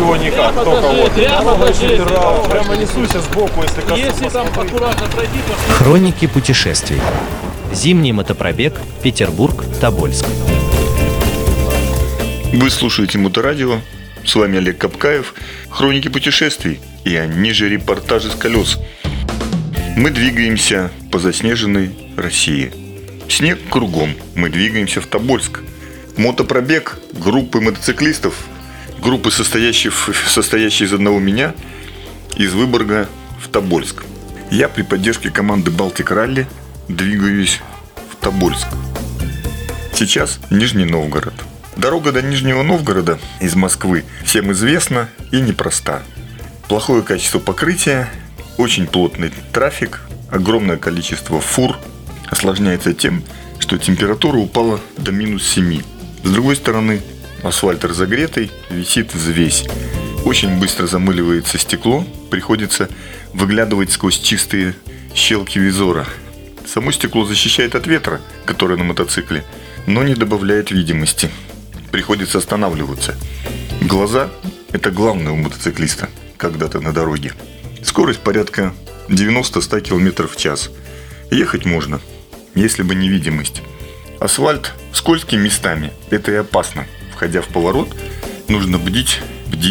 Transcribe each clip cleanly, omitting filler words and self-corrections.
ничего никак, только вот прямо несусь сбоку, если коснусь. Если там аккуратно пройти, то... Хроники путешествий. Зимний мотопробег Петербург-Тобольск. Вы слушаете Моторадио. С вами Олег Капкаев. Хроники путешествий. И они же репортажи с колес. Мы двигаемся по заснеженной России. Снег кругом. Мы двигаемся в Тобольск. Мотопробег группы мотоциклистов. Группы, состоящей из одного меня, из Выборга в Тобольск. Я при поддержке команды Балтик Ралли двигаюсь в Тобольск. Сейчас Нижний Новгород. Дорога до Нижнего Новгорода из Москвы всем известна и непроста. Плохое качество покрытия, очень плотный трафик, огромное количество фур. Осложняется тем, что температура упала до -7. С другой стороны, асфальт разогретый, висит взвесь. Очень быстро замыливается стекло, приходится выглядывать сквозь чистые щелки визора. Само стекло защищает от ветра, который на мотоцикле, но не добавляет видимости. Приходится останавливаться. Глаза – это главное у мотоциклиста, когда ты на дороге. Скорость порядка 90-100 км в час. Ехать можно, если бы не видимость. Асфальт скользкий местами, это и опасно. Входя в поворот, нужно бдить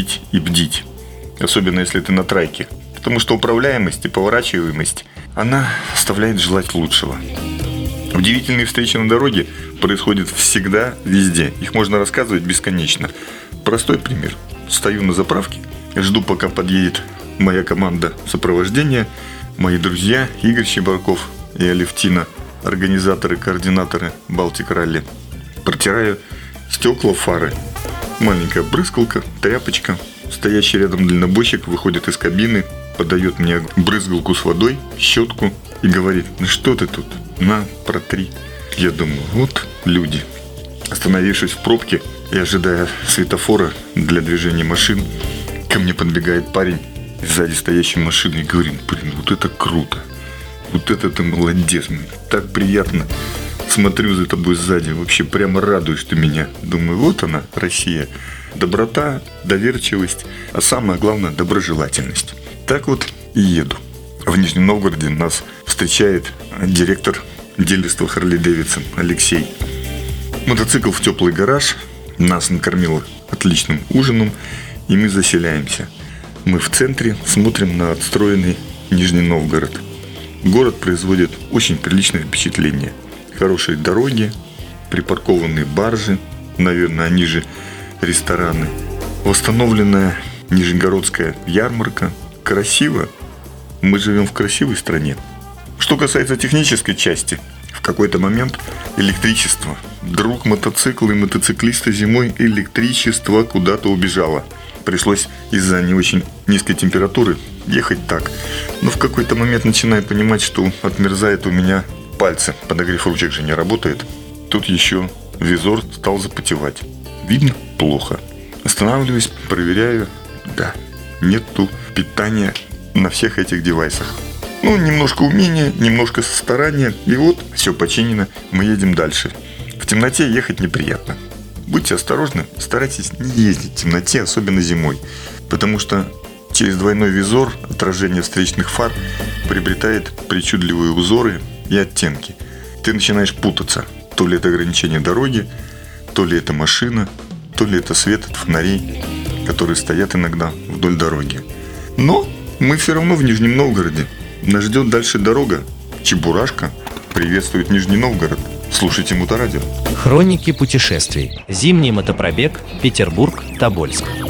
и бдить. Особенно если ты на трайке. Потому что управляемость и поворачиваемость, она оставляет желать лучшего. Удивительные встречи на дороге происходят всегда, везде. Их можно рассказывать бесконечно. Простой пример. Стою на заправке, жду, пока подъедет моя команда сопровождения, мои друзья Игорь Щебарков и Алевтина, организаторы, координаторы Балтик Ралли. Протираю стекла, фары. Маленькая брызгалка, тряпочка. Стоящий рядом дальнобойщик выходит из кабины, подает мне брызгалку с водой, щетку и говорит: ну что ты тут? На, протри. Я думаю, вот люди. Остановившись в пробке и ожидая светофора для движения машин, ко мне подбегает парень сзади стоящей машины и говорит: блин, вот это круто. Вот это ты молодец. Так приятно. Смотрю за тобой сзади. Вообще прямо радуешь ты меня. Думаю, вот она, Россия. Доброта, доверчивость, а самое главное, доброжелательность. Так вот и еду. В Нижнем Новгороде нас встречает директор дилерства Harley Davidson Алексей. Мотоцикл в теплый гараж. Нас накормил отличным ужином. И мы заселяемся. Мы в центре смотрим на отстроенный Нижний Новгород. Город производит очень приличное впечатление. Хорошие дороги, припаркованные баржи, наверное, они же рестораны. Восстановленная Нижегородская ярмарка. Красиво. Мы живем в красивой стране. Что касается технической части, в какой-то момент электричество. Друг мотоцикла и мотоциклиста зимой электричество куда-то убежало. Пришлось из-за не очень низкой температуры ехать так. Но в какой-то момент начинаю понимать, что отмерзает у меня пальцы. Подогрев ручек же не работает. Тут еще визор стал запотевать. Видно плохо. Останавливаюсь, проверяю. Да, нету питания на всех этих девайсах. Ну, немножко умения, немножко старания. И вот, все починено, мы едем дальше. В темноте ехать неприятно. Будьте осторожны, старайтесь не ездить в темноте, особенно зимой. Потому что через двойной визор отражение встречных фар приобретает причудливые узоры и оттенки. Ты начинаешь путаться. То ли это ограничение дороги, то ли это машина, то ли это свет от фонарей, которые стоят иногда вдоль дороги. Но мы все равно в Нижнем Новгороде. Нас ждет дальше дорога. Чебурашка приветствует Нижний Новгород. Слушайте Моторадио. Хроники путешествий. Зимний мотопробег Петербург-Тобольск.